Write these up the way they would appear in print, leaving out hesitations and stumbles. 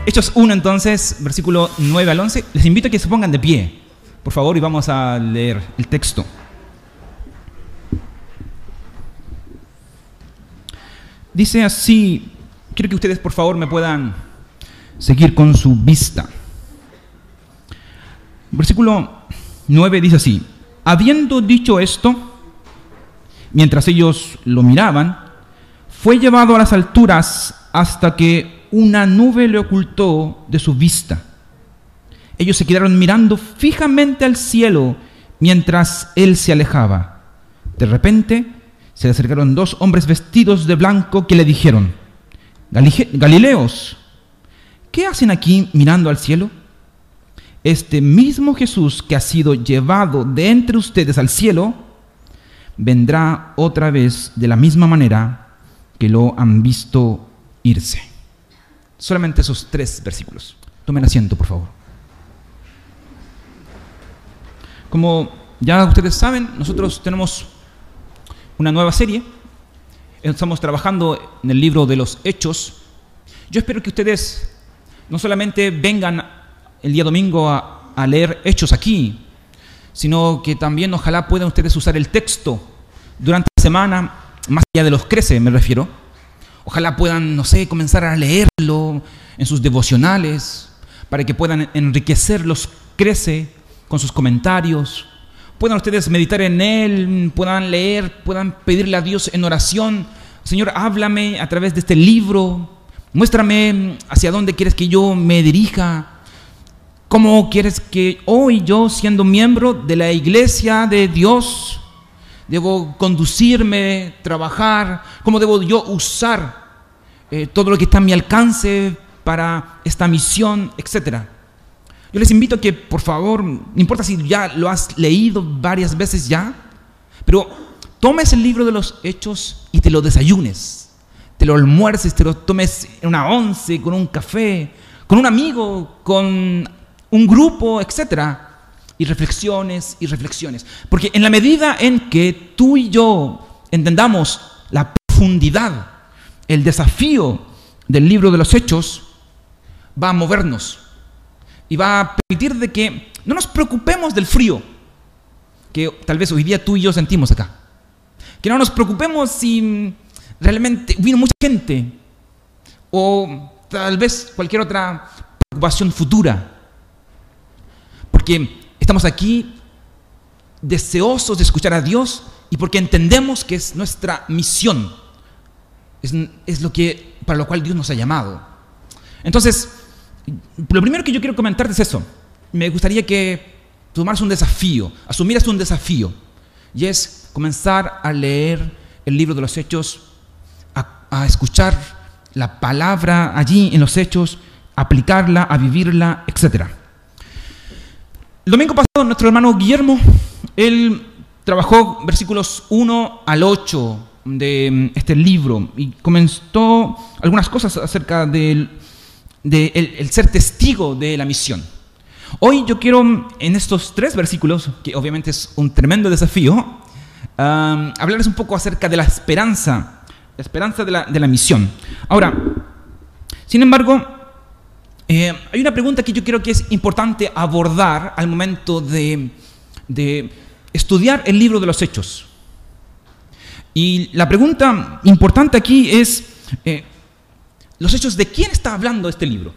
Hechos 1 entonces, versículo 9 al 11. Les invito a que se pongan de pie, por favor, y vamos a leer el texto. Dice así, quiero que ustedes por favor me puedan seguir con su vista. Versículo 9 dice así: habiendo dicho esto, mientras ellos lo miraban, fue llevado a las alturas hasta que una nube le ocultó de su vista. Ellos se quedaron mirando fijamente al cielo mientras él se alejaba. De repente se le acercaron dos hombres vestidos de blanco que le dijeron: Galileos, ¿qué hacen aquí mirando al cielo? Este mismo Jesús que ha sido llevado de entre ustedes al cielo, vendrá otra vez de la misma manera que lo han visto irse. Solamente esos 3 versículos. Tomen asiento, por favor. Como ya ustedes saben, nosotros tenemos una nueva serie. Estamos trabajando en el libro de los Hechos. Yo espero que ustedes no solamente vengan el día domingo a leer Hechos aquí, sino que también ojalá puedan ustedes usar el texto durante la semana, más allá de los crece me refiero. Ojalá puedan, no sé, comenzar a leerlo en sus devocionales, para que puedan enriquecer los crece con sus comentarios. Puedan ustedes meditar en él, puedan leer, puedan pedirle a Dios en oración: Señor, háblame a través de este libro, muéstrame hacia dónde quieres que yo me dirija, cómo quieres que hoy yo, siendo miembro de la iglesia de Dios, debo conducirme, trabajar, cómo debo yo usar todo lo que está a mi alcance para esta misión, etc. Yo les invito a que, por favor, no importa si ya lo has leído varias veces ya, pero tomes el libro de los Hechos y te lo desayunes, te lo almuerces, te lo tomes en una once, con un café, con un amigo, con un grupo, etc. Y reflexiones y reflexiones. Porque en la medida en que tú y yo entendamos la profundidad, el desafío del libro de los Hechos, va a movernos y va a permitir de que no nos preocupemos del frío que tal vez hoy día tú y yo sentimos acá. Que no nos preocupemos si realmente vino mucha gente o tal vez cualquier otra preocupación futura. Porque estamos aquí deseosos de escuchar a Dios y porque entendemos que es nuestra misión. Es lo que, para lo cual Dios nos ha llamado. Entonces, lo primero que yo quiero comentarte es eso. Me gustaría que tomaras un desafío, asumieras un desafío, y es comenzar a leer el libro de los Hechos, a escuchar la palabra allí en los Hechos, aplicarla, a vivirla, etc. El domingo pasado nuestro hermano Guillermo, él trabajó versículos 1 al 8 de este libro y comentó algunas cosas acerca del el ser testigo de la misión. Hoy yo quiero, en estos 3 versículos, que obviamente es un tremendo desafío, hablarles un poco acerca de la esperanza de la misión. Ahora, sin embargo, hay una pregunta que yo creo que es importante abordar al momento de estudiar el libro de los Hechos. Y la pregunta importante aquí es, los Hechos, ¿de quién está hablando este libro?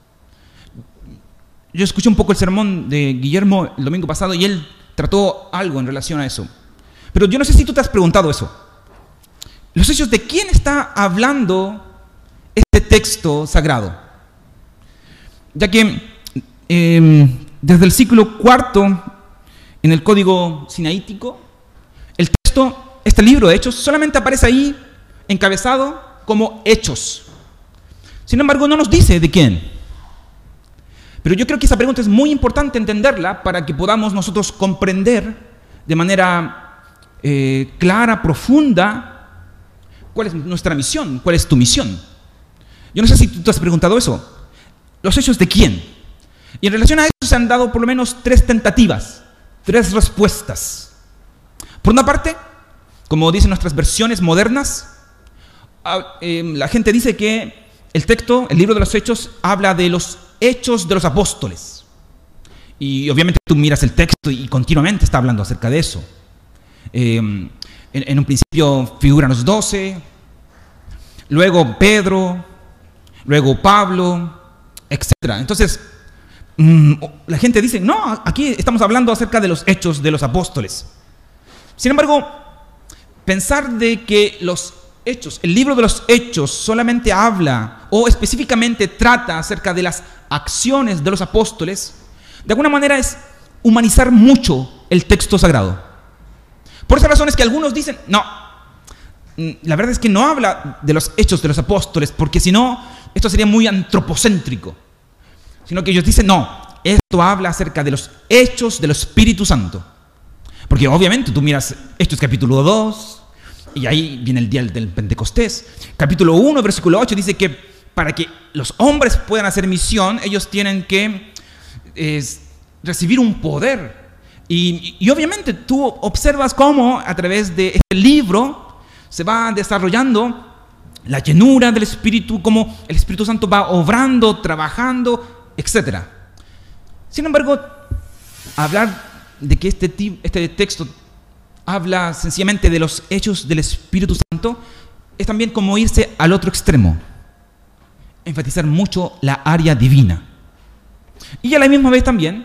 Yo escuché un poco el sermón de Guillermo el domingo pasado y él trató algo en relación a eso. Pero yo no sé si tú te has preguntado eso. ¿Los Hechos, de quién está hablando este texto sagrado? Ya que desde el siglo IV, en el código sinaítico, el texto, este libro de Hechos, solamente aparece ahí encabezado como Hechos. Sin embargo, no nos dice de quién. Pero yo creo que esa pregunta es muy importante entenderla para que podamos nosotros comprender de manera clara, profunda, cuál es nuestra misión, cuál es tu misión. Yo no sé si tú te has preguntado eso. ¿Los Hechos de quién? Y en relación a eso se han dado por lo menos 3 tentativas, 3 respuestas. Por una parte, como dicen nuestras versiones modernas, la gente dice que el texto, el libro de los Hechos, habla de los hechos de los apóstoles. Y obviamente tú miras el texto y continuamente está hablando acerca de eso. En un principio figuran los 12, luego Pedro, luego Pablo, etc. Entonces, la gente dice, no, aquí estamos hablando acerca de los hechos de los apóstoles. Sin embargo, pensar de que los hechos, el libro de los Hechos solamente habla o específicamente trata acerca de las acciones de los apóstoles, de alguna manera es humanizar mucho el texto sagrado. Por esa razón es que algunos dicen, no, la verdad es que no habla de los hechos de los apóstoles, porque si no, esto sería muy antropocéntrico. Sino que ellos dicen, no, esto habla acerca de los hechos del Espíritu Santo. Porque obviamente tú miras Hechos capítulo 2, y ahí viene el día del Pentecostés. Capítulo 1, versículo 8, dice que para que los hombres puedan hacer misión, ellos tienen que recibir un poder. Y obviamente tú observas cómo a través de este libro se va desarrollando la llenura del Espíritu, cómo el Espíritu Santo va obrando, trabajando, etc. Sin embargo, hablar de que este texto habla sencillamente de los hechos del Espíritu Santo es también como irse al otro extremo, enfatizar mucho la área divina. Y a la misma vez también,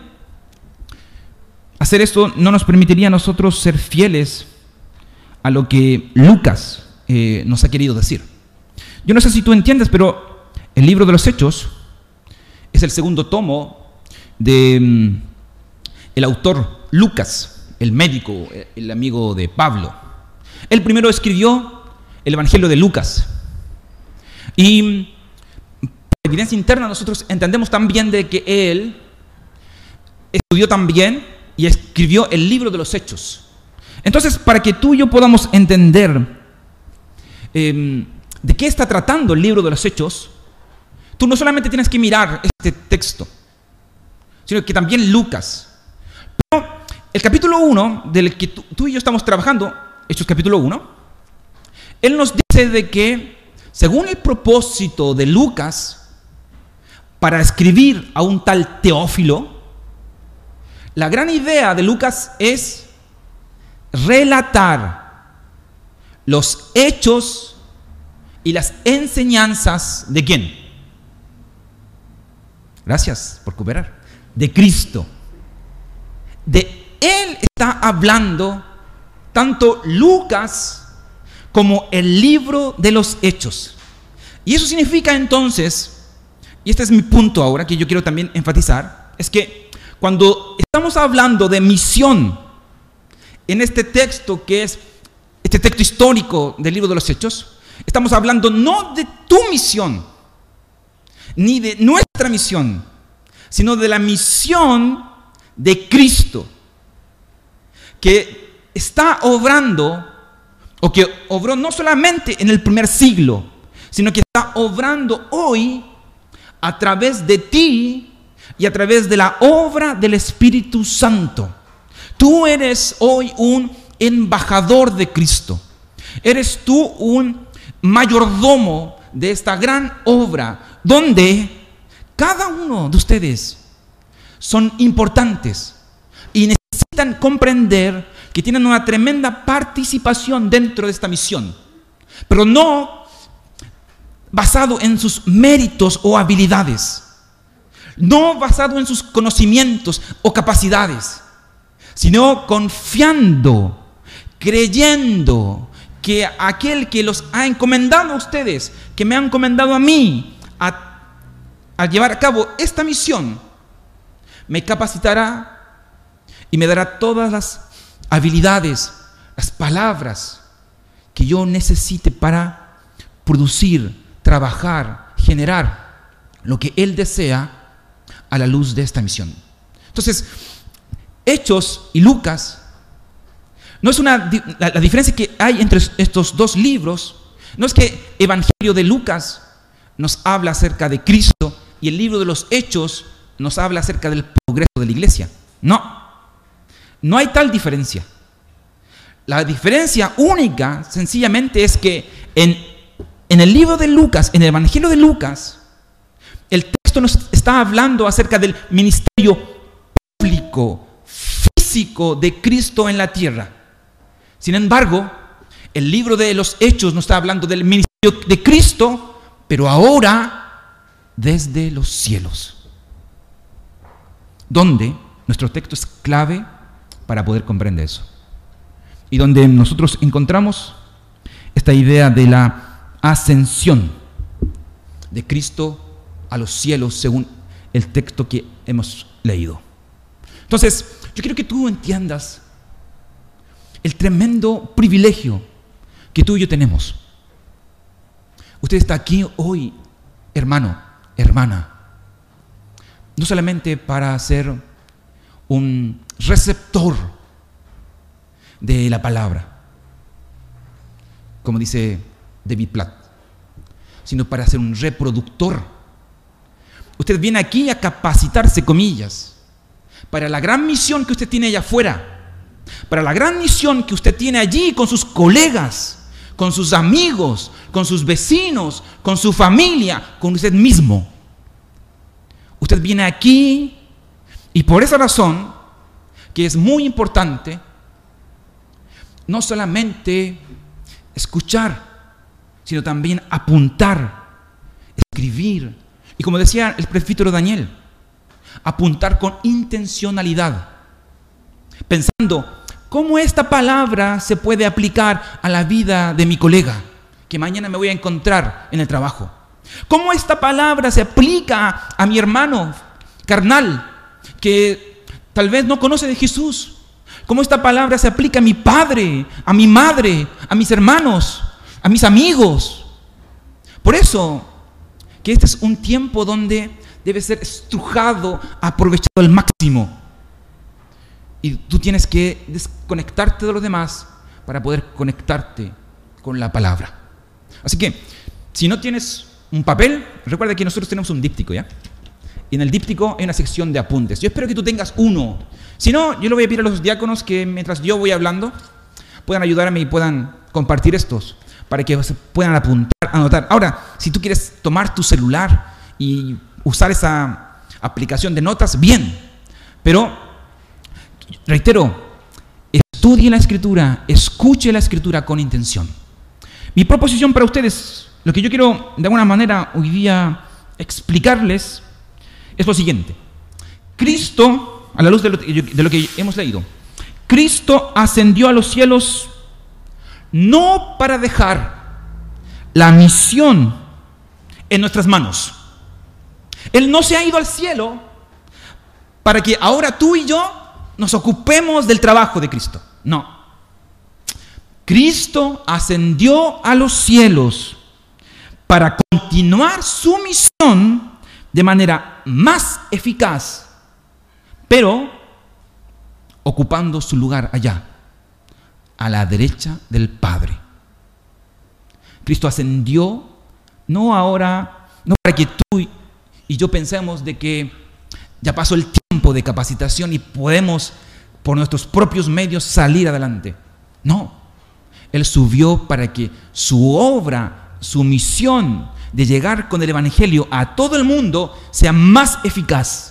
hacer esto no nos permitiría a nosotros ser fieles a lo que Lucas nos ha querido decir. Yo no sé si tú entiendes, pero el libro de los Hechos es el segundo tomo de el autor Lucas, el médico, el amigo de Pablo. Él primero escribió el Evangelio de Lucas. Y por evidencia interna nosotros entendemos también de que él estudió también y escribió el libro de los Hechos. Entonces, para que tú y yo podamos entender de qué está tratando el libro de los Hechos, tú no solamente tienes que mirar este texto, sino que también Lucas. Pero el capítulo 1, del que tú y yo estamos trabajando, Hechos capítulo 1, él nos dice de que, según el propósito de Lucas, para escribir a un tal Teófilo, la gran idea de Lucas es relatar los hechos y las enseñanzas de ¿quién? Gracias por cooperar. De Cristo. De Él está hablando tanto Lucas como el libro de los Hechos. Y eso significa entonces, y este es mi punto ahora que yo quiero también enfatizar, es que cuando estamos hablando de misión en este texto que es este texto histórico del libro de los Hechos, estamos hablando no de tu misión, ni de nuestra misión, sino de la misión de Cristo, que está obrando, o que obró no solamente en el primer siglo, sino que está obrando hoy a través de ti y a través de la obra del Espíritu Santo. Tú eres hoy un embajador de Cristo. Eres tú un mayordomo de esta gran obra, donde cada uno de ustedes son importantes y necesitan comprender que tienen una tremenda participación dentro de esta misión, pero no basado en sus méritos o habilidades, no basado en sus conocimientos o capacidades, sino confiando, creyendo que aquel que los ha encomendado a ustedes, que me ha encomendado a mí a llevar a cabo esta misión, me capacitará y me dará todas las habilidades, las palabras que yo necesite para producir, trabajar, generar lo que Él desea a la luz de esta misión. Entonces, Hechos y Lucas, no es la diferencia que hay entre estos dos libros, no es que el Evangelio de Lucas nos habla acerca de Cristo y el libro de los Hechos nos habla acerca del progreso de la iglesia. No hay tal diferencia. La diferencia única, sencillamente, es que en en el libro de Lucas, en el Evangelio de Lucas, el texto nos está hablando acerca del ministerio público, físico de Cristo en la tierra. Sin embargo, el libro de los Hechos nos está hablando del ministerio de Cristo, pero ahora desde los cielos, donde nuestro texto es clave para poder comprender eso. Y donde nosotros encontramos esta idea de la ascensión de Cristo a los cielos según el texto que hemos leído. Entonces, yo quiero que tú entiendas el tremendo privilegio que tú y yo tenemos. Usted está aquí hoy, hermano, hermana, no solamente para ser un receptor de la palabra, como dice David Platt, sino para ser un reproductor. Usted viene aquí a capacitarse, comillas, para la gran misión que usted tiene allá afuera, para la gran misión que usted tiene allí con sus colegas, con sus amigos, con sus vecinos, con su familia, con usted mismo. Usted viene aquí y por esa razón, que es muy importante, no solamente escuchar, sino también apuntar, escribir. Y como decía el presbítero Daniel, apuntar con intencionalidad, pensando cómo esta palabra se puede aplicar a la vida de mi colega, que mañana me voy a encontrar en el trabajo. Cómo esta palabra se aplica a mi hermano carnal, que tal vez no conoce de Jesús. Cómo esta palabra se aplica a mi padre, a mi madre, a mis hermanos, a mis amigos. Por eso, que este es un tiempo donde debe ser estrujado, aprovechado al máximo. Y tú tienes que desconectarte de los demás para poder conectarte con la palabra. Así que, si no tienes un papel, recuerda que nosotros tenemos un díptico, ¿ya? Y en el díptico hay una sección de apuntes. Yo espero que tú tengas uno. Si no, yo le voy a pedir a los diáconos que mientras yo voy hablando, puedan ayudarme y puedan compartir estos, para que puedan apuntar, anotar. Ahora, si tú quieres tomar tu celular y usar esa aplicación de notas, bien. Pero, reitero, estudie la Escritura, escuche la Escritura con intención. Mi proposición para ustedes, lo que yo quiero de alguna manera hoy día explicarles, es lo siguiente. Cristo, a la luz de lo que hemos leído, Cristo ascendió a los cielos no para dejar la misión en nuestras manos. Él no se ha ido al cielo para que ahora tú y yo nos ocupemos del trabajo de Cristo. No. Cristo ascendió a los cielos para continuar su misión de manera más eficaz, pero ocupando su lugar allá, a la derecha del Padre. Cristo ascendió no ahora, no para que tú y yo pensemos de que ya pasó el tiempo de capacitación y podemos por nuestros propios medios salir adelante. No, Él subió para que su obra, su misión de llegar con el Evangelio a todo el mundo sea más eficaz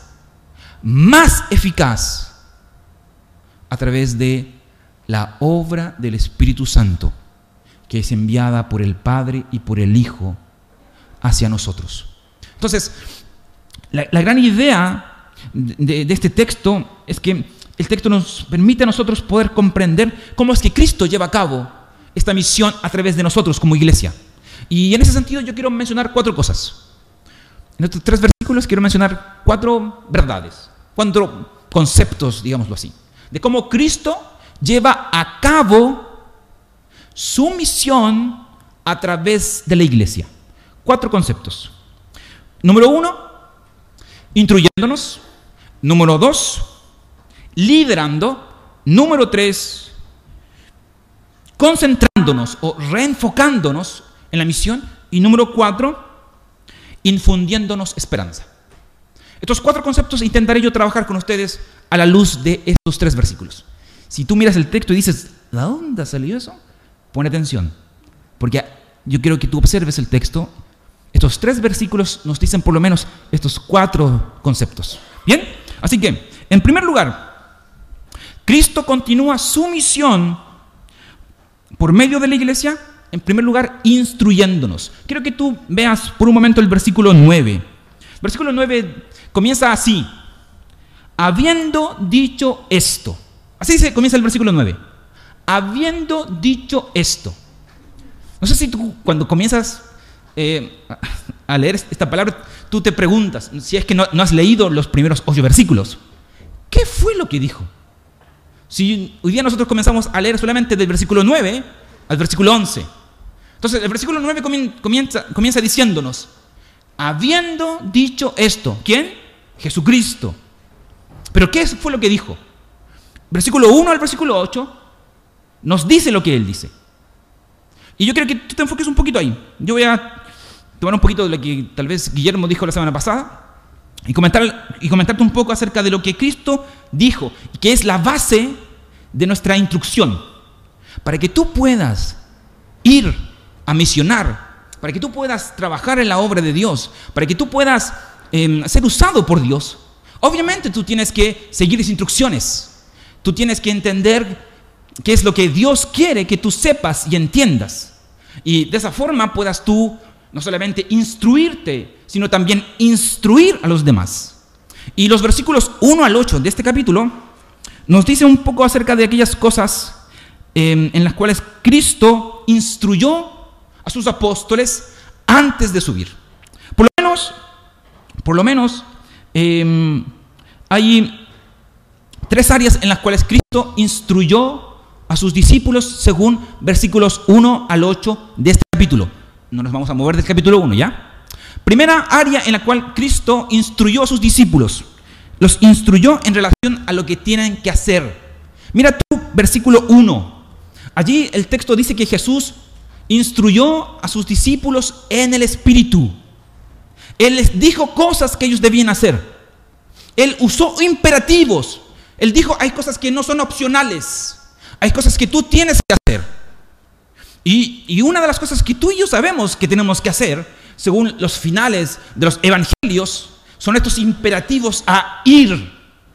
a través de la obra del Espíritu Santo, que es enviada por el Padre y por el Hijo hacia nosotros. Entonces, la gran idea de este texto es que el texto nos permite a nosotros poder comprender cómo es que Cristo lleva a cabo esta misión a través de nosotros como iglesia. Y en ese sentido yo quiero mencionar 4 cosas. En estos 3 versículos quiero mencionar 4 verdades, 4 conceptos, digámoslo así, de cómo Cristo lleva a cabo su misión a través de la iglesia. 4 conceptos. Número 1, instruyéndonos. Número 2, liderando. Número 3, concentrándonos o reenfocándonos en la misión. Y número 4, infundiéndonos esperanza. Estos 4 conceptos intentaré yo trabajar con ustedes a la luz de estos 3 versículos. Si tú miras el texto y dices, ¿de dónde salió eso? Pon atención, porque yo quiero que tú observes el texto. Estos 3 versículos nos dicen por lo menos estos 4 conceptos. ¿Bien? Así que, en primer lugar, Cristo continúa su misión por medio de la iglesia, en primer lugar, instruyéndonos. Quiero que tú veas por un momento el versículo 9. El versículo 9 comienza así: habiendo dicho esto. Así se comienza el versículo 9. Habiendo dicho esto. No sé si tú, cuando comienzas a leer esta palabra, tú te preguntas, si es que no has leído los primeros 8 versículos, ¿qué fue lo que dijo? Si hoy día nosotros comenzamos a leer solamente del versículo 9 al versículo 11. Entonces el versículo 9 comienza diciéndonos: habiendo dicho esto. ¿Quién? Jesucristo. ¿Pero qué fue lo que dijo? Versículo 1 al versículo 8 nos dice lo que Él dice. Y yo quiero que tú te enfoques un poquito ahí. Yo voy a tomar un poquito de lo que tal vez Guillermo dijo la semana pasada y comentarte un poco acerca de lo que Cristo dijo, que es la base de nuestra instrucción. Para que tú puedas ir a misionar, para que tú puedas trabajar en la obra de Dios, para que tú puedas ser usado por Dios, obviamente tú tienes que seguir las instrucciones. Tú tienes que entender qué es lo que Dios quiere que tú sepas y entiendas. Y de esa forma puedas tú no solamente instruirte, sino también instruir a los demás. Y los versículos 1 al 8 de este capítulo nos dice un poco acerca de aquellas cosas en las cuales Cristo instruyó a sus apóstoles antes de subir. Por lo menos hay 3 áreas en las cuales Cristo instruyó a sus discípulos según versículos 1 al 8 de este capítulo. No nos vamos a mover del capítulo 1, ¿ya? Primera área en la cual Cristo instruyó a sus discípulos. Los instruyó en relación a lo que tienen que hacer. Mira tú, versículo 1. Allí el texto dice que Jesús instruyó a sus discípulos en el Espíritu. Él les dijo cosas que ellos debían hacer. Él usó imperativos. Él dijo, hay cosas que no son opcionales. Hay cosas que tú tienes que hacer. Y una de las cosas que tú y yo sabemos que tenemos que hacer, según los finales de los evangelios, son estos imperativos a ir.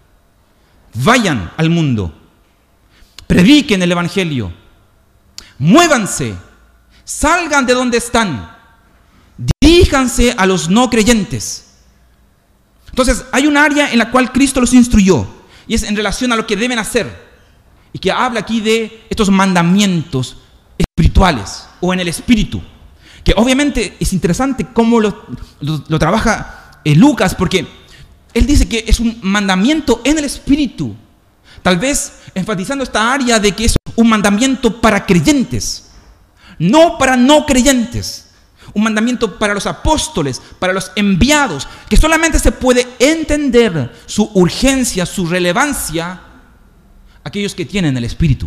Vayan al mundo. Prediquen el evangelio. Muévanse. Salgan de donde están. Diríjanse a los no creyentes. Entonces, hay un área en la cual Cristo los instruyó, y es en relación a lo que deben hacer. Y que habla aquí de estos mandamientos espirituales o en el espíritu. Que obviamente es interesante cómo lo trabaja Lucas, porque él dice que es un mandamiento en el espíritu. Tal vez enfatizando esta área de que es un mandamiento para creyentes, no para no creyentes. Un mandamiento para los apóstoles, para los enviados, que solamente se puede entender su urgencia, su relevancia, aquellos que tienen el Espíritu.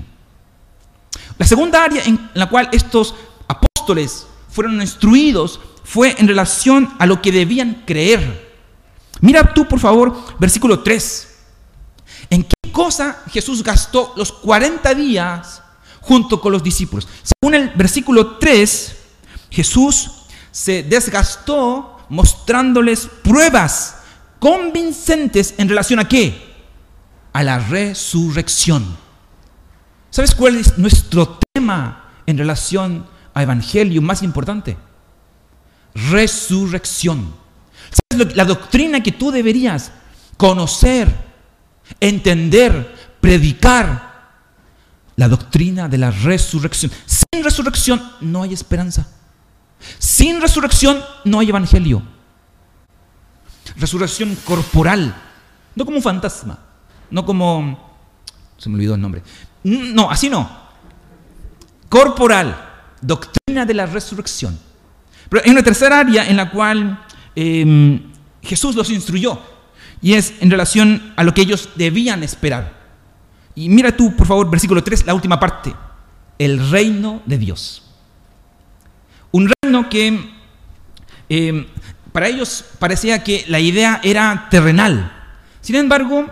La segunda área en la cual estos apóstoles fueron instruidos fue en relación a lo que debían creer. Mira tú, por favor, versículo 3. ¿En qué cosa Jesús gastó los 40 días junto con los discípulos? Según el versículo 3, Jesús se desgastó mostrándoles pruebas convincentes en relación a ¿qué? A la resurrección. ¿Sabes cuál es nuestro tema en relación a evangelio más importante? Resurrección. ¿Sabes la doctrina que tú deberías conocer, entender, predicar? La doctrina de la resurrección. Sin resurrección no hay esperanza. Sin resurrección no hay evangelio. Resurrección corporal, no como un fantasma, no como... se me olvidó el nombre. No, así no. Corporal, doctrina de la resurrección. Pero hay una tercera área en la cual Jesús los instruyó, y es en relación a lo que ellos debían esperar. Y mira tú, por favor, versículo 3, la última parte. El reino de Dios. Un reino que para ellos parecía que la idea era terrenal. Sin embargo,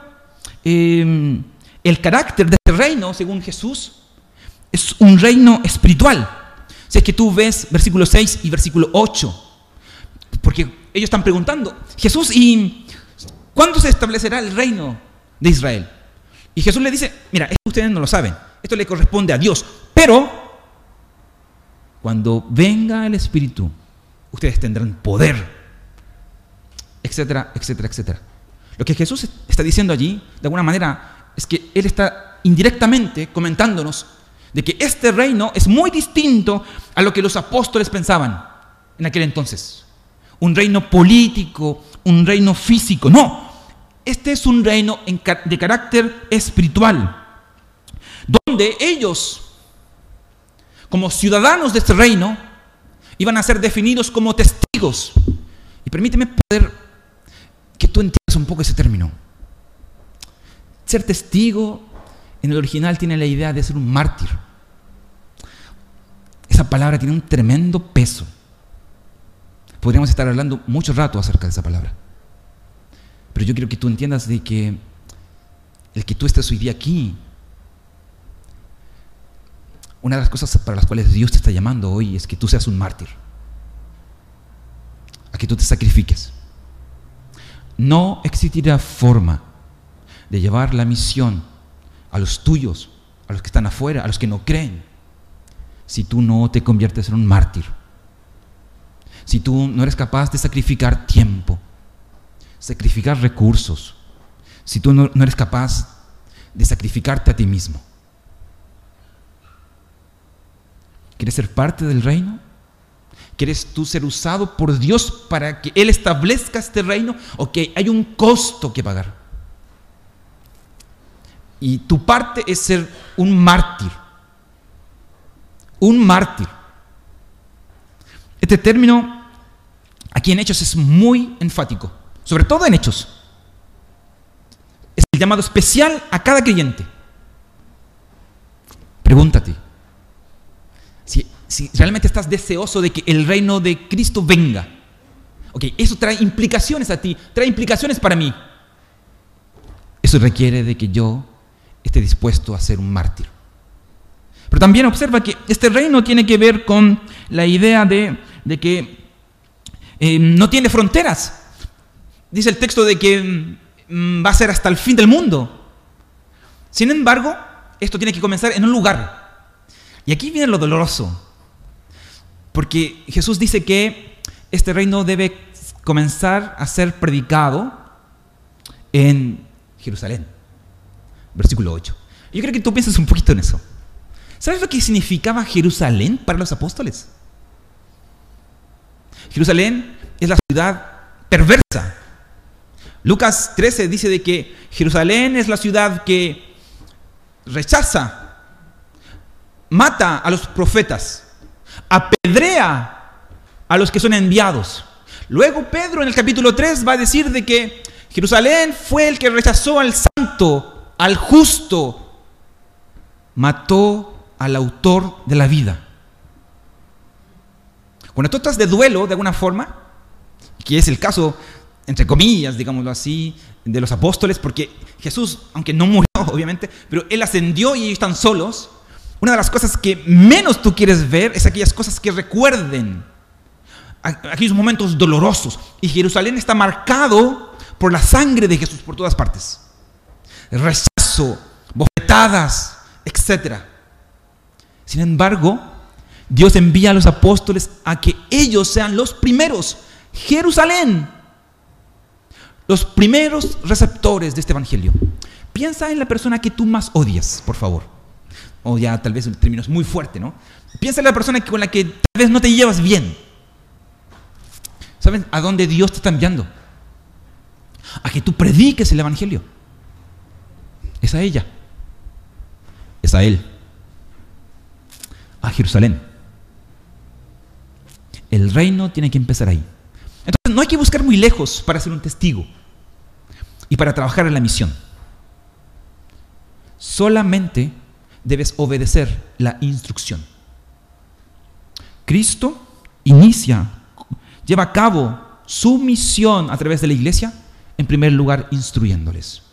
el carácter de este reino, según Jesús, es un reino espiritual. Si es que tú ves versículo 6 y versículo 8, porque ellos están preguntando, Jesús, ¿y cuándo se establecerá el reino de Israel? Y Jesús le dice, mira, esto ustedes no lo saben, esto le corresponde a Dios, pero cuando venga el Espíritu, ustedes tendrán poder, etcétera, etcétera, etcétera. Lo que Jesús está diciendo allí, de alguna manera, es que Él está indirectamente comentándonos de que este reino es muy distinto a lo que los apóstoles pensaban en aquel entonces. Un reino político, un reino físico. No, este es un reino de carácter espiritual, donde ellos, como ciudadanos de este reino, iban a ser definidos como testigos. Y permíteme poder que tú entiendas un poco ese término. Ser testigo en el original tiene la idea de ser un mártir. Esa palabra tiene un tremendo peso. Podríamos estar hablando mucho rato acerca de esa palabra. Pero yo quiero que tú entiendas de que el que tú estés hoy día aquí, una de las cosas para las cuales Dios te está llamando hoy es que tú seas un mártir. A que tú te sacrifiques. No existirá forma de llevar la misión a los tuyos, a los que están afuera, a los que no creen, si tú no te conviertes en un mártir. Si tú no eres capaz de sacrificar tiempo, sacrificar recursos, si tú no eres capaz de sacrificarte a ti mismo. ¿Quieres ser parte del reino? ¿Quieres tú ser usado por Dios para que Él establezca este reino? ¿O que hay un costo que pagar? Y tu parte es ser un mártir. Un mártir. Este término aquí en Hechos es muy enfático, sobre todo en Hechos. Es el llamado especial a cada creyente. Pregúntate, si realmente estás deseoso de que el reino de Cristo venga. Ok, eso trae implicaciones a ti, trae implicaciones para mí. Eso requiere de que yo esté dispuesto a ser un mártir. Pero también observa que este reino tiene que ver con la idea de que no tiene fronteras. Dice el texto de que va a ser hasta el fin del mundo. Sin embargo, esto tiene que comenzar en un lugar. Y aquí viene lo doloroso. Porque Jesús dice que este reino debe comenzar a ser predicado en Jerusalén. Versículo 8. Yo creo que tú pienses un poquito en eso. ¿Sabes lo que significaba Jerusalén para los apóstoles? Jerusalén es la ciudad perversa. Lucas 13 dice de que Jerusalén es la ciudad que rechaza, mata a los profetas, apedrea a los que son enviados. Luego Pedro en el capítulo 3 va a decir de que Jerusalén fue el que rechazó al santo, al justo, mató al autor de la vida. Cuando tú estás de duelo de alguna forma, que es el caso, entre comillas, digámoslo así, de los apóstoles, porque Jesús, aunque no murió obviamente, pero Él ascendió y ellos están solos. Una de las cosas que menos tú quieres ver es aquellas cosas que recuerden aquellos momentos dolorosos. Y Jerusalén está marcado por la sangre de Jesús por todas partes. Rechazo, bofetadas, etc. Sin embargo, Dios envía a los apóstoles a que ellos sean los primeros. Jerusalén, los primeros receptores de este evangelio. Piensa en la persona que tú más odias, por favor. O ya tal vez el término es muy fuerte, ¿no? Piensa en la persona con la que tal vez no te llevas bien. ¿Saben a dónde Dios te está enviando? A que tú prediques el evangelio. Es a ella. Es a él. A Jerusalén. El reino tiene que empezar ahí. Entonces no hay que buscar muy lejos para ser un testigo y para trabajar en la misión. Solamente debes obedecer la instrucción. Cristo lleva a cabo su misión a través de la iglesia, en primer lugar instruyéndoles.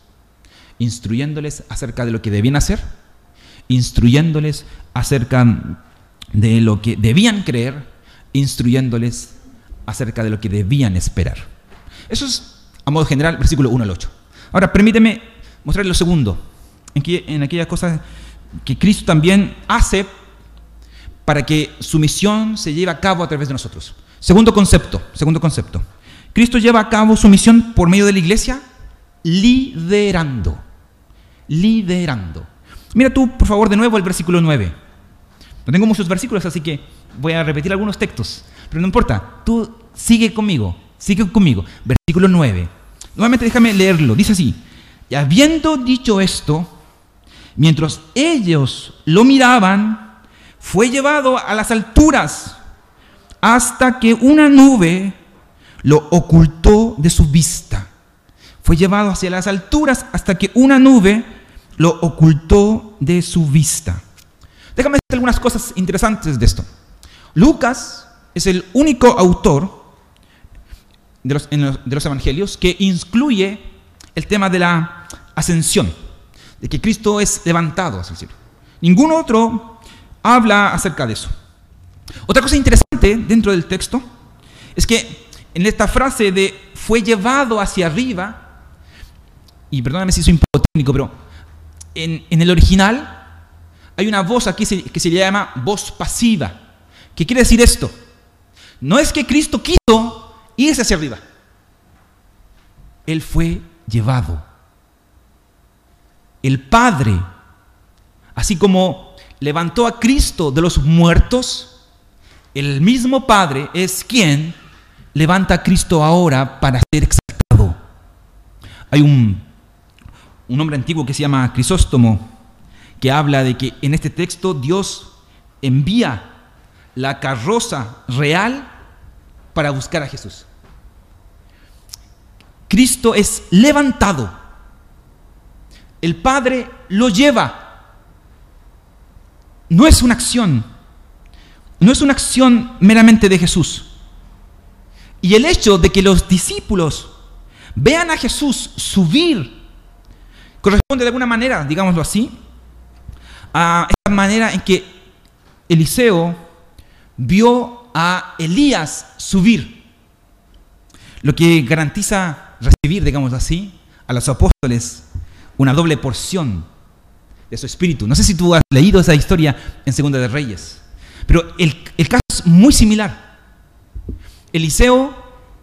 Instruyéndoles acerca de lo que debían hacer, instruyéndoles acerca de lo que debían creer, instruyéndoles acerca de lo que debían esperar. Eso es, a modo general, versículo 1 al 8. Ahora, permíteme mostrarles lo segundo, en aquellas cosas que Cristo también hace para que su misión se lleve a cabo a través de nosotros. Segundo concepto. Cristo lleva a cabo su misión por medio de la iglesia, liderando. Mira tú, por favor, de nuevo el versículo 9. No tengo muchos versículos, así que voy a repetir algunos textos, pero no importa, tú sigue conmigo. Versículo 9. Nuevamente déjame leerlo. Dice así: y habiendo dicho esto, mientras ellos lo miraban, fue llevado a las alturas hasta que una nube lo ocultó de su vista. Fue llevado hacia las alturas hasta que una nube lo ocultó de su vista. Déjame decir algunas cosas interesantes de esto. Lucas es el único autor de los evangelios que incluye el tema de la ascensión, de que Cristo es levantado hacia el cielo. Ningún otro habla acerca de eso. Otra cosa interesante dentro del texto es que en esta frase de fue llevado hacia arriba, y perdóname si soy un poco técnico, pero en el original hay una voz aquí que se llama voz pasiva. ¿Qué quiere decir esto? No es que Cristo quiso irse hacia arriba. Él fue llevado. El Padre, así como levantó a Cristo de los muertos, el mismo Padre es quien levanta a Cristo ahora para ser exaltado. Hay un hombre antiguo que se llama Crisóstomo, que habla de que en este texto Dios envía la carroza real para buscar a Jesús. Cristo es levantado. El Padre lo lleva. No es una acción meramente de Jesús. Y el hecho de que los discípulos vean a Jesús subir corresponde de alguna manera, digámoslo así, a esta manera en que Eliseo vio a Elías subir, lo que garantiza recibir, digámoslo así, a los apóstoles una doble porción de su espíritu. No sé si tú has leído esa historia en Segunda de Reyes, pero el caso es muy similar. Eliseo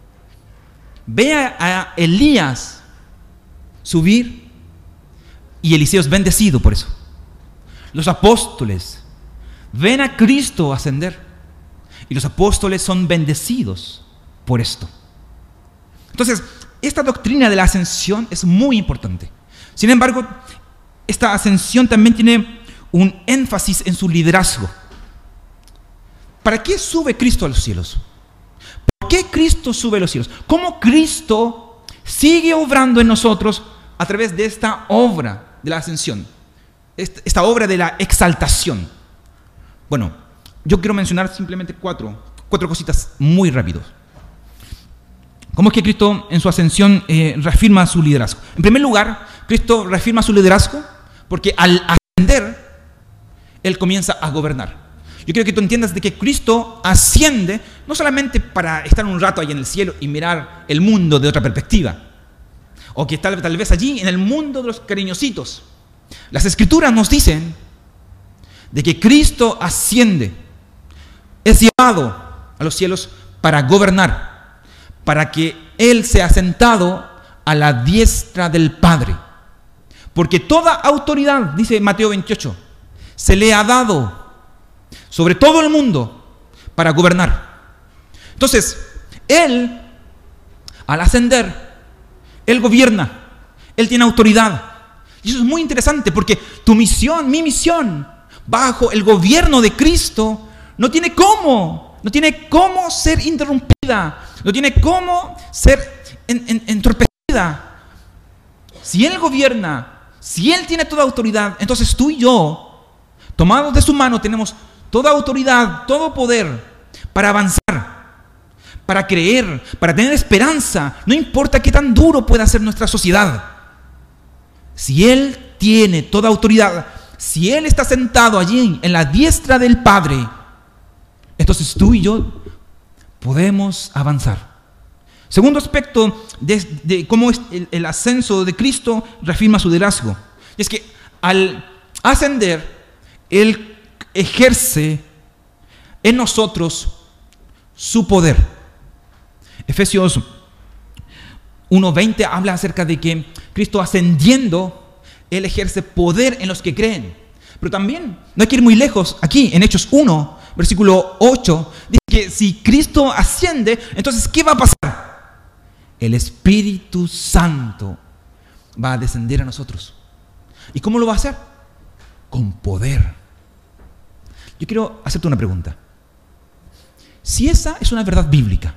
ve a Elías subir y Eliseo es bendecido por eso. Los apóstoles ven a Cristo ascender y los apóstoles son bendecidos por esto. Entonces, esta doctrina de la ascensión es muy importante. Sin embargo, esta ascensión también tiene un énfasis en su liderazgo. ¿Para qué sube Cristo a los cielos? ¿Por qué Cristo sube a los cielos? ¿Cómo Cristo sigue obrando en nosotros a través de esta obra de la ascensión? Esta obra de la exaltación. Bueno, yo quiero mencionar simplemente cuatro cositas muy rápido. ¿Cómo es que Cristo en su ascensión reafirma su liderazgo? En primer lugar, Cristo reafirma su liderazgo porque al ascender, Él comienza a gobernar. Yo quiero que tú entiendas de que Cristo asciende no solamente para estar un rato ahí en el cielo y mirar el mundo de otra perspectiva, o que tal vez allí en el mundo de los cariñositos. Las Escrituras nos dicen de que Cristo asciende, es llevado a los cielos para gobernar, para que Él sea sentado a la diestra del Padre. Porque toda autoridad, dice Mateo 28, se le ha dado sobre todo el mundo para gobernar. Entonces, Él, al ascender, Él gobierna, Él tiene autoridad. Y eso es muy interesante porque tu misión, mi misión, bajo el gobierno de Cristo, no tiene cómo ser interrumpida, no tiene cómo ser entorpecida. Si Él gobierna, si Él tiene toda autoridad, entonces tú y yo, tomados de su mano, tenemos toda autoridad, todo poder para avanzar, para creer, para tener esperanza. No importa qué tan duro pueda ser nuestra sociedad. Si Él tiene toda autoridad, si Él está sentado allí en la diestra del Padre, entonces tú y yo podemos avanzar. Segundo aspecto de cómo el ascenso de Cristo reafirma su liderazgo. Y es que al ascender, Él ejerce en nosotros su poder. Efesios 1:20 habla acerca de que Cristo ascendiendo, Él ejerce poder en los que creen. Pero también, no hay que ir muy lejos, aquí en Hechos 1, versículo 8, dice que si Cristo asciende, entonces ¿qué va a pasar? El Espíritu Santo va a descender a nosotros. ¿Y cómo lo va a hacer? Con poder. Yo quiero hacerte una pregunta. Si esa es una verdad bíblica,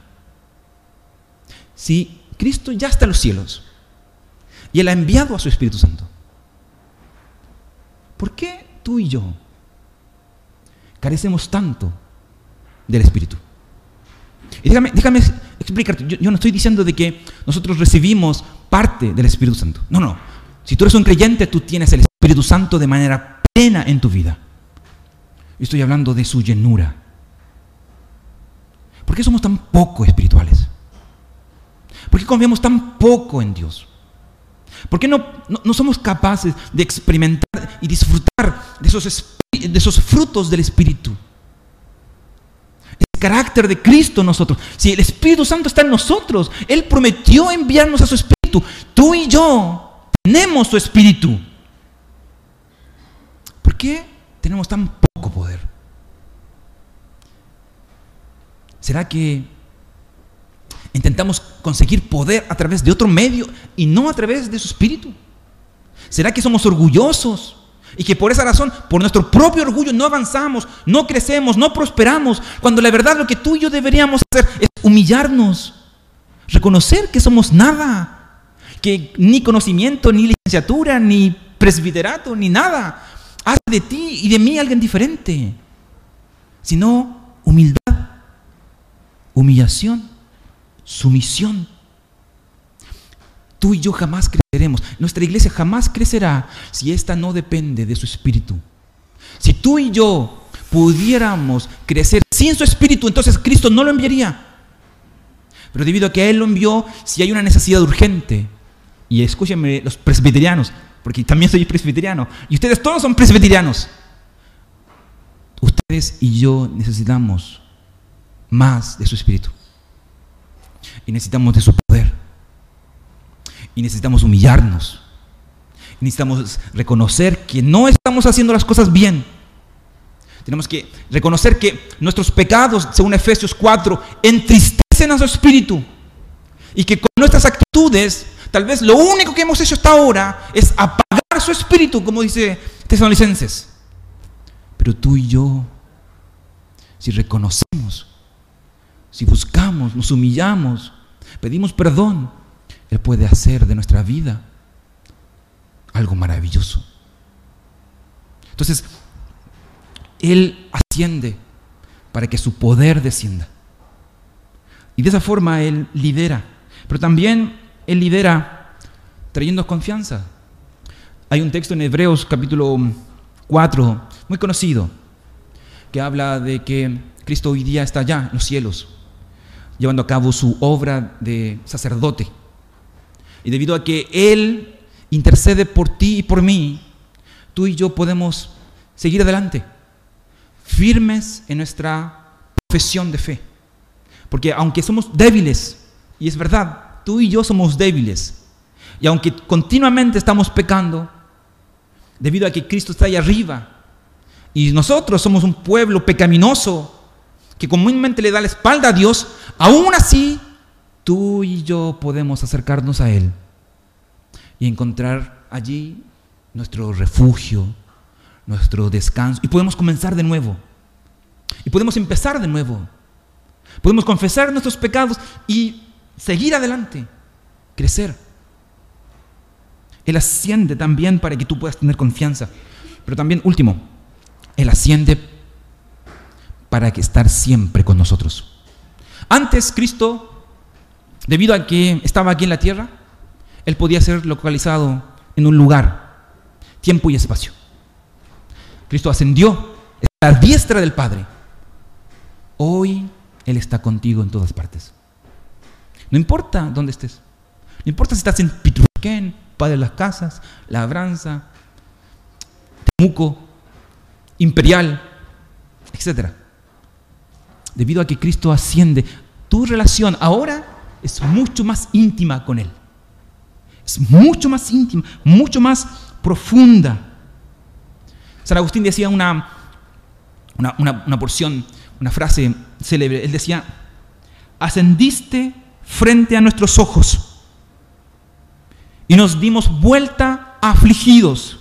si Cristo ya está en los cielos y Él ha enviado a su Espíritu Santo, ¿por qué tú y yo carecemos tanto del Espíritu? Y déjame explicarte, yo no estoy diciendo de que nosotros recibimos parte del Espíritu Santo. No, no. Si tú eres un creyente, tú tienes el Espíritu Santo de manera plena en tu vida. Yo estoy hablando de su llenura. ¿Por qué somos tan poco espirituales? ¿Por qué confiamos tan poco en Dios? ¿Por qué no somos capaces de experimentar y disfrutar de esos frutos del Espíritu? El carácter de Cristo en nosotros. Si el Espíritu Santo está en nosotros, Él prometió enviarnos a su Espíritu. Tú y yo tenemos su Espíritu. ¿Por qué tenemos tan poco poder? ¿Será que intentamos conseguir poder a través de otro medio y no a través de su Espíritu? ¿Será que somos orgullosos y que por esa razón, por nuestro propio orgullo, no avanzamos, no crecemos, no prosperamos? Cuando la verdad lo que tú y yo deberíamos hacer es humillarnos, reconocer que somos nada, que ni conocimiento, ni licenciatura, ni presbiterato, ni nada hace de ti y de mí alguien diferente, sino humildad, humillación, sumisión. Tú y yo jamás creceremos. Nuestra iglesia jamás crecerá si esta no depende de su Espíritu. Si tú y yo pudiéramos crecer sin su Espíritu, entonces Cristo no lo enviaría. Pero debido a que Él lo envió, si hay una necesidad urgente, y escúchenme los presbiterianos, porque también soy presbiteriano, y ustedes todos son presbiterianos, ustedes y yo necesitamos más de su Espíritu. Y necesitamos de su poder. Y necesitamos humillarnos. Y necesitamos reconocer que no estamos haciendo las cosas bien. Tenemos que reconocer que nuestros pecados, según Efesios 4, entristecen a su Espíritu. Y que con nuestras actitudes, tal vez lo único que hemos hecho hasta ahora es apagar su Espíritu, como dice Tesalonicenses. Pero tú y yo, si reconocemos, si buscamos, nos humillamos, pedimos perdón, Él puede hacer de nuestra vida algo maravilloso. Entonces, Él asciende para que su poder descienda. Y de esa forma Él lidera. Pero también Él lidera trayendo confianza. Hay un texto en Hebreos capítulo 4, muy conocido, que habla de que Cristo hoy día está allá en los cielos, llevando a cabo su obra de sacerdote. Y debido a que Él intercede por ti y por mí, tú y yo podemos seguir adelante, firmes en nuestra profesión de fe. Porque aunque somos débiles, y es verdad, tú y yo somos débiles, y aunque continuamente estamos pecando, debido a que Cristo está ahí arriba, y nosotros somos un pueblo pecaminoso, que comúnmente le da la espalda a Dios, aún así, tú y yo podemos acercarnos a Él y encontrar allí nuestro refugio, nuestro descanso, y podemos comenzar de nuevo, y podemos empezar de nuevo, podemos confesar nuestros pecados y seguir adelante, crecer. Él asciende también para que tú puedas tener confianza, pero también, último, Él asciende para que estar siempre con nosotros. Antes Cristo, debido a que estaba aquí en la tierra, Él podía ser localizado en un lugar, tiempo y espacio. Cristo ascendió a la diestra del Padre Hoy Él está contigo en todas partes. No importa dónde estés. No importa si estás en Pitrusquén, Padre de las Casas, Labranza, Temuco, Imperial, etc. Debido a que Cristo asciende, tu relación ahora es mucho más íntima con Él. Es mucho más íntima, mucho más profunda. San Agustín decía una porción, una frase célebre. Él decía: ascendiste frente a nuestros ojos y nos dimos vuelta afligidos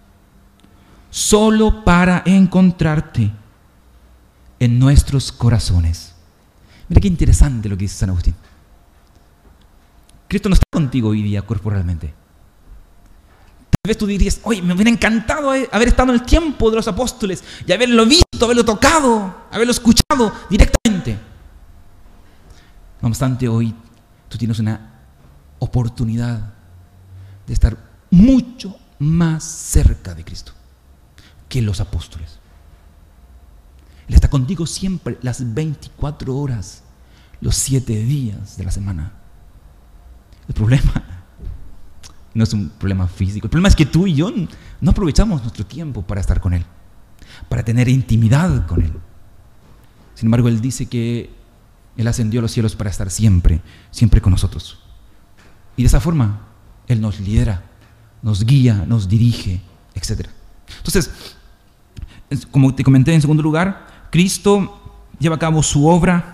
solo para encontrarte en nuestros corazones. Mira qué interesante lo que dice San Agustín. Cristo no está contigo hoy día corporalmente. Tal vez tú dirías: oye, me hubiera encantado haber estado en el tiempo de los apóstoles y haberlo visto, haberlo tocado, haberlo escuchado directamente. No obstante, hoy tú tienes una oportunidad de estar mucho más cerca de Cristo que los apóstoles. Él está contigo siempre, las 24 horas, los 7 días de la semana. El problema no es un problema físico. El problema es que tú y yo no aprovechamos nuestro tiempo para estar con Él, para tener intimidad con Él. Sin embargo, Él dice que Él ascendió a los cielos para estar siempre, siempre con nosotros. Y de esa forma, Él nos lidera, nos guía, nos dirige, etc. Entonces, como te comenté en segundo lugar, Cristo lleva a cabo su obra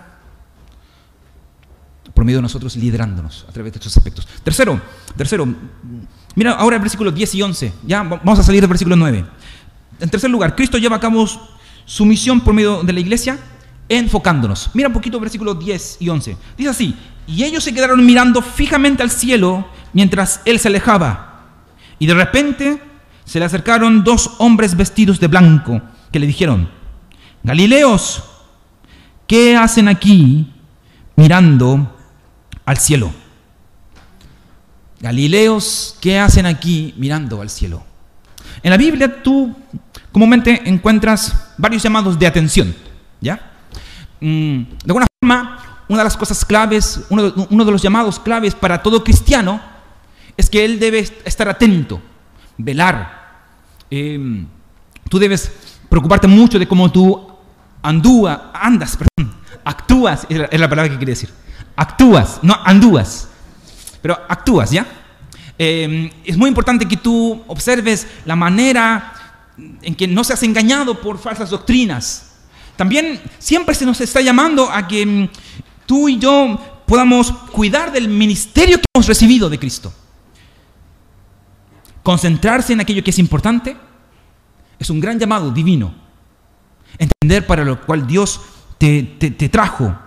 por medio de nosotros, liderándonos a través de estos aspectos. Tercero, mira ahora el versículo 10 y 11. Ya vamos a salir del versículo 9. En tercer lugar, Cristo lleva a cabo su misión por medio de la iglesia, enfocándonos. Mira un poquito el versículo 10 y 11. Dice así: y ellos se quedaron mirando fijamente al cielo mientras Él se alejaba. Y de repente se le acercaron 2 hombres vestidos de blanco que le dijeron: Galileos, ¿qué hacen aquí mirando al cielo? Galileos, ¿qué hacen aquí mirando al cielo? En la Biblia tú comúnmente encuentras varios llamados de atención, ¿ya? De alguna forma, una de las cosas claves, uno de los llamados claves para todo cristiano es que él debe estar atento, velar. Tú debes preocuparte mucho de cómo tú actúas, es la palabra que quiere decir. Actúas, no andúas, pero actúas, ¿ya? Es muy importante que tú observes la manera en que no seas engañado por falsas doctrinas. También siempre se nos está llamando a que tú y yo podamos cuidar del ministerio que hemos recibido de Cristo. Concentrarse en aquello que es importante es un gran llamado divino. Entender para lo cual Dios te trajo.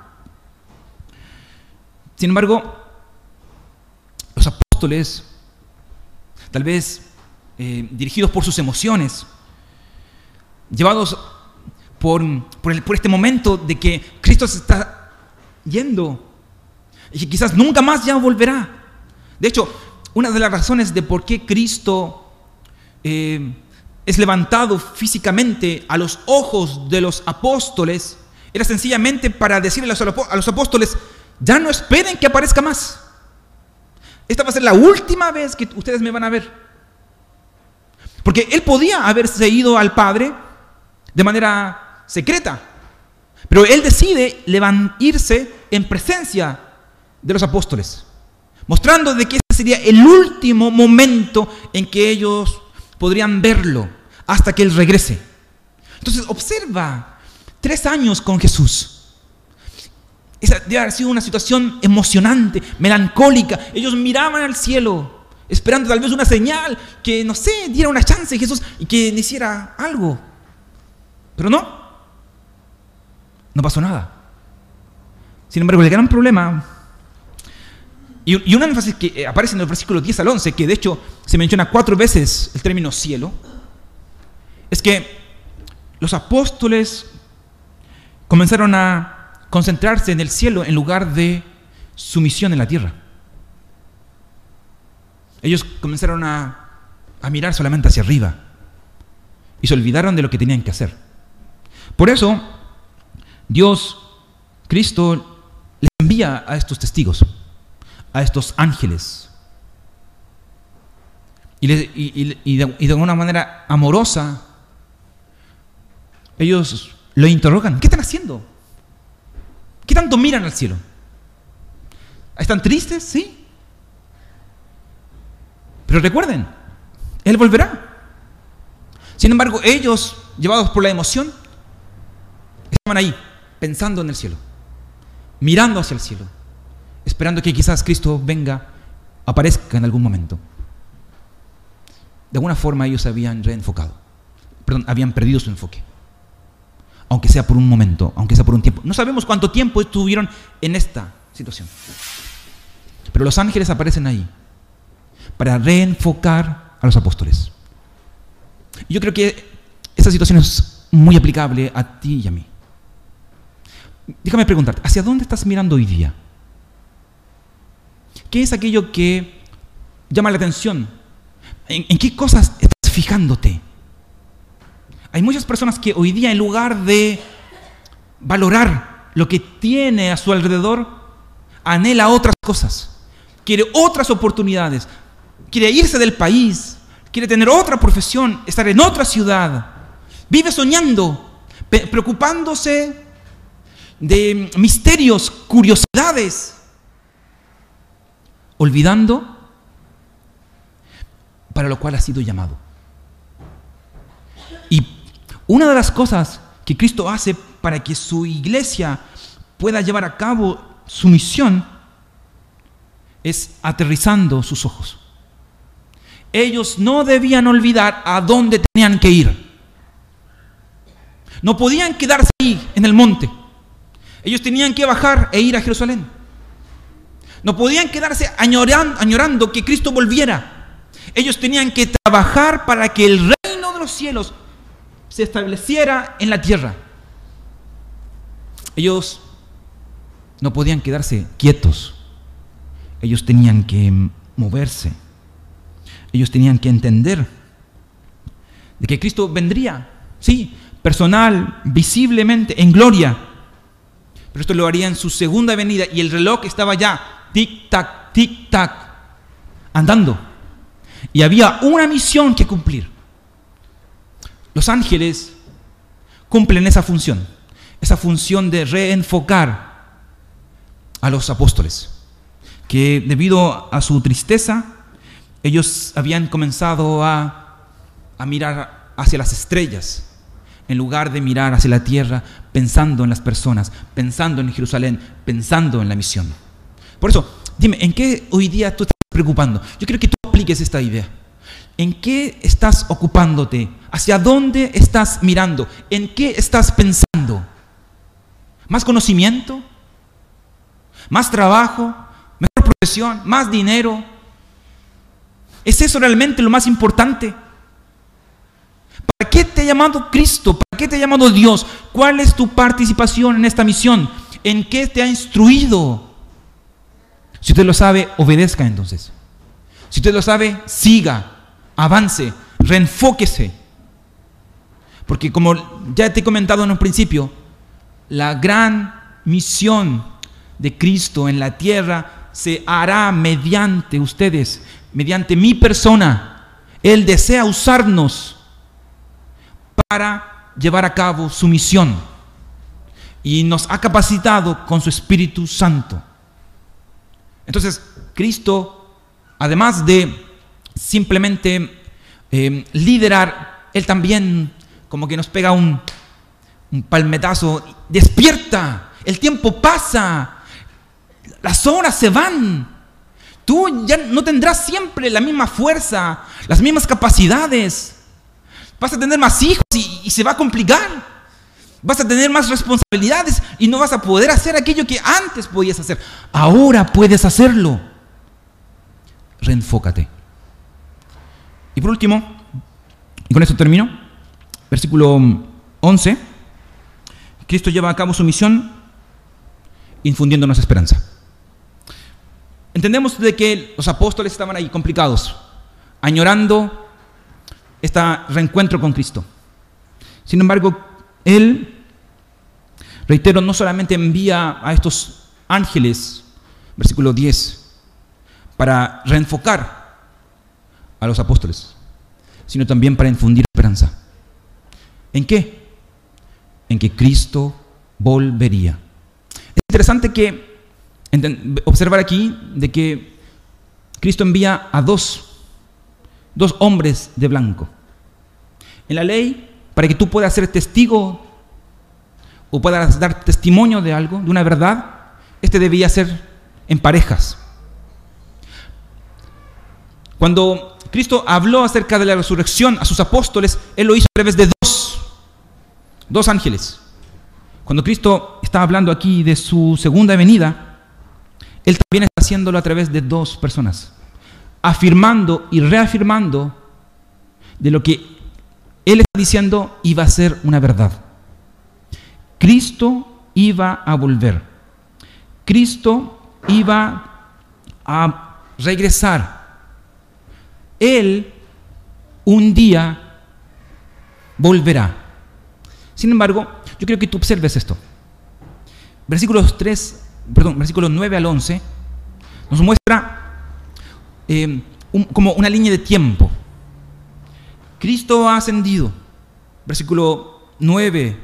Sin embargo, los apóstoles, tal vez dirigidos por sus emociones, llevados por este momento de que Cristo se está yendo y que quizás nunca más ya volverá. De hecho, una de las razones de por qué Cristo es levantado físicamente a los ojos de los apóstoles era sencillamente para decirle a los apóstoles: ya no esperen que aparezca más. Esta va a ser la última vez que ustedes me van a ver. Porque Él podía haberse ido al Padre de manera secreta, pero Él decide irse en presencia de los apóstoles, mostrando de que este sería el último momento en que ellos podrían verlo hasta que Él regrese. Entonces observa 3 años con Jesús. Esa debe haber sido una situación emocionante, melancólica. Ellos miraban al cielo esperando tal vez una señal que, no sé, diera una chance a Jesús y que hiciera algo, pero no pasó nada. Sin embargo, el gran problema y un énfasis que aparece en el versículo 10 al 11, que de hecho se menciona 4 veces el término cielo, es que los apóstoles comenzaron a concentrarse en el cielo en lugar de su misión en la tierra. Ellos comenzaron a mirar solamente hacia arriba y se olvidaron de lo que tenían que hacer. Por eso Dios Cristo les envía a estos testigos, a estos ángeles. Y de una manera amorosa, ellos lo interrogan. ¿Qué están haciendo? ¿Qué tanto miran al cielo? ¿Están tristes? Sí. Pero recuerden, Él volverá. Sin embargo, ellos, llevados por la emoción, estaban ahí, pensando en el cielo, mirando hacia el cielo, esperando que quizás Cristo venga, aparezca en algún momento. De alguna forma ellos se habían reenfocado, habían perdido su enfoque. Aunque sea por un momento, aunque sea por un tiempo. No sabemos cuánto tiempo estuvieron en esta situación. Pero los ángeles aparecen ahí para reenfocar a los apóstoles. Y yo creo que esta situación es muy aplicable a ti y a mí. Déjame preguntarte, ¿hacia dónde estás mirando hoy día? ¿Qué es aquello que llama la atención? ¿En qué cosas estás fijándote? Hay muchas personas que hoy día, en lugar de valorar lo que tiene a su alrededor, anhela otras cosas, quiere otras oportunidades, quiere irse del país, quiere tener otra profesión, estar en otra ciudad, vive soñando, preocupándose de misterios, curiosidades, olvidando para lo cual ha sido llamado. Y una de las cosas que Cristo hace para que su iglesia pueda llevar a cabo su misión es aterrizando sus ojos. Ellos no debían olvidar a dónde tenían que ir. No podían quedarse ahí en el monte. Ellos tenían que bajar e ir a Jerusalén. No podían quedarse añorando que Cristo volviera. Ellos tenían que trabajar para que el reino de los cielos se estableciera en la tierra. Ellos no podían quedarse quietos. Ellos tenían que moverse. Ellos tenían que entender de que Cristo vendría, sí, personal, visiblemente, en gloria. Pero esto lo haría en su segunda venida y el reloj estaba ya, tic, tac, andando. Y había una misión que cumplir. Los ángeles cumplen esa función de reenfocar a los apóstoles, que debido a su tristeza, ellos habían comenzado a mirar hacia las estrellas, en lugar de mirar hacia la tierra, pensando en las personas, pensando en Jerusalén, pensando en la misión. Por eso, dime, ¿en qué hoy día tú estás preocupando? Yo quiero que tú apliques esta idea. ¿En qué estás ocupándote? ¿Hacia dónde estás mirando? ¿En qué estás pensando? ¿Más conocimiento? ¿Más trabajo? ¿Mejor profesión? ¿Más dinero? ¿Es eso realmente lo más importante? ¿Para qué te ha llamado Cristo? ¿Para qué te ha llamado Dios? ¿Cuál es tu participación en esta misión? ¿En qué te ha instruido? Si usted lo sabe, obedezca entonces. Si usted lo sabe, siga, avance, reenfóquese. Porque como ya te he comentado en un principio, la gran misión de Cristo en la tierra se hará mediante ustedes, mediante mi persona. Él desea usarnos para llevar a cabo su misión y nos ha capacitado con su Espíritu Santo. Entonces, Cristo, además de simplemente liderar, Él también como que nos pega un palmetazo. Despierta, el tiempo pasa, las horas se van. Tú ya no tendrás siempre la misma fuerza, las mismas capacidades. Vas a tener más hijos y se va a complicar. Vas a tener más responsabilidades y no vas a poder hacer aquello que antes podías hacer. Ahora puedes hacerlo. Reenfócate. Y por último, y con esto termino, versículo 11, Cristo lleva a cabo su misión infundiéndonos esperanza. Entendemos de que los apóstoles estaban ahí complicados, añorando este reencuentro con Cristo. Sin embargo, Él Reitero, no solamente envía a estos ángeles, versículo 10, para reenfocar a los apóstoles, sino también para infundir esperanza. ¿En qué? En que Cristo volvería. Es interesante que observar aquí de que Cristo envía a dos hombres de blanco. En la ley, para que tú puedas ser testigo o puedas dar testimonio de algo, de una verdad, debía ser en parejas. Cuando Cristo habló acerca de la resurrección a sus apóstoles, Él lo hizo a través de dos ángeles. Cuando Cristo está hablando aquí de su segunda venida, Él también está haciéndolo a través de dos personas, afirmando y reafirmando de lo que Él está diciendo iba a ser una verdad. Cristo iba a volver. Cristo iba a regresar. Él un día volverá. Sin embargo, yo quiero que tú observes esto. Versículos 9 al 11 nos muestra como una línea de tiempo. Cristo ha ascendido. Versículo 9.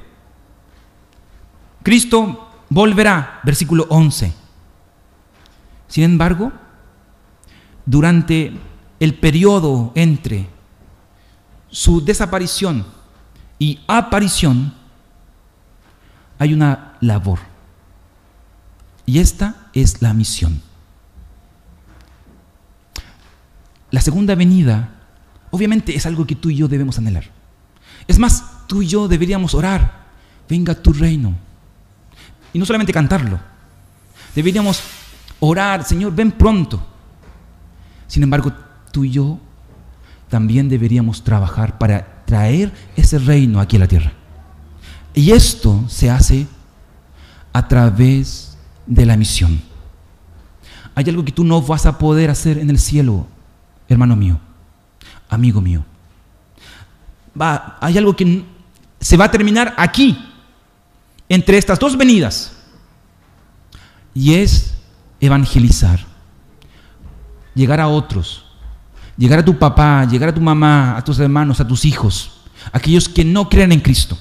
Cristo volverá. Versículo 11. Sin embargo, durante el periodo entre su desaparición y aparición, hay una labor. Y esta es la misión. La segunda venida, obviamente, es algo que tú y yo debemos anhelar. Es más, tú y yo deberíamos orar: venga tu reino. Y no solamente cantarlo. Deberíamos orar: Señor, ven pronto. Sin embargo, tú y yo también deberíamos trabajar para traer ese reino aquí a la tierra. Y esto se hace a través de la misión. Hay algo que tú no vas a poder hacer en el cielo, hermano mío, amigo mío. Hay algo que se va a terminar aquí, entre estas dos venidas, y es evangelizar, llegar a otros, llegar a tu papá, llegar a tu mamá, a tus hermanos, a tus hijos, aquellos que no creen en Cristo.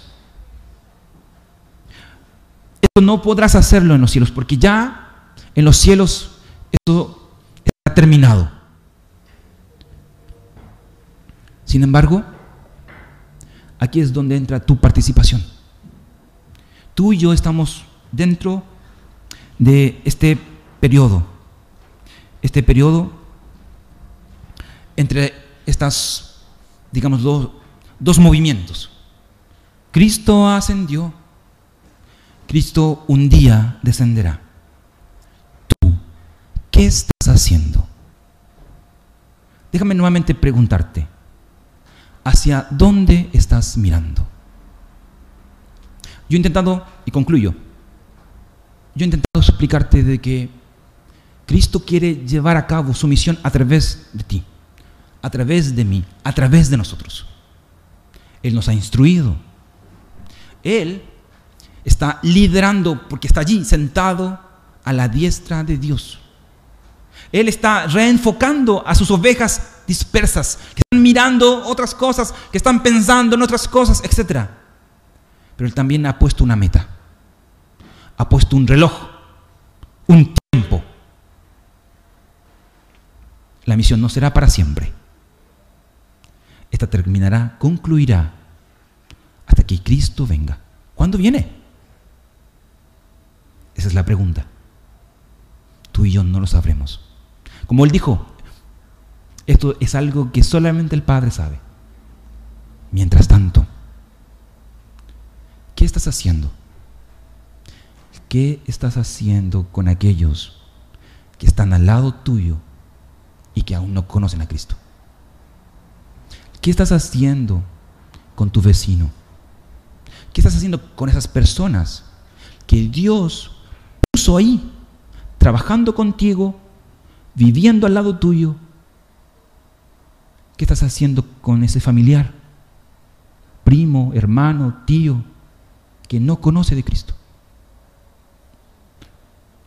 Esto no podrás hacerlo en los cielos, porque ya en los cielos esto está terminado. Sin embargo, aquí es donde entra tu participación. Tú y yo estamos dentro de este periodo entre estas, digamos, dos movimientos. Cristo ascendió, Cristo un día descenderá. ¿Tú qué estás haciendo? Déjame nuevamente preguntarte: ¿hacia dónde estás mirando? Yo he intentado, y concluyo, explicarte de que Cristo quiere llevar a cabo su misión a través de ti, a través de mí, a través de nosotros. Él nos ha instruido. Él está liderando porque está allí sentado a la diestra de Dios. Él está reenfocando a sus ovejas dispersas, que están mirando otras cosas, que están pensando en otras cosas, etc. Pero Él también ha puesto una meta, ha puesto un reloj, un tiempo. La misión no será para siempre. Esta terminará, concluirá, hasta que Cristo venga. ¿Cuándo viene? Esa es la pregunta. Tú y yo no lo sabremos. Como Él dijo, esto es algo que solamente el Padre sabe. Mientras tanto, ¿qué estás haciendo? ¿Qué estás haciendo con aquellos que están al lado tuyo y que aún no conocen a Cristo? ¿Qué estás haciendo con tu vecino? ¿Qué estás haciendo con esas personas que Dios puso ahí, trabajando contigo, viviendo al lado tuyo? ¿Qué estás haciendo con ese familiar, primo, hermano, tío, que no conoce de Cristo?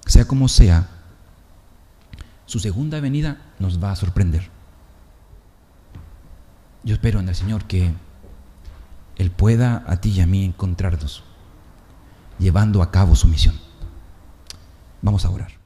sea como sea, su segunda venida nos va a sorprender. Yo espero en el Señor que Él pueda a ti y a mí encontrarnos llevando a cabo su misión. Vamos a orar.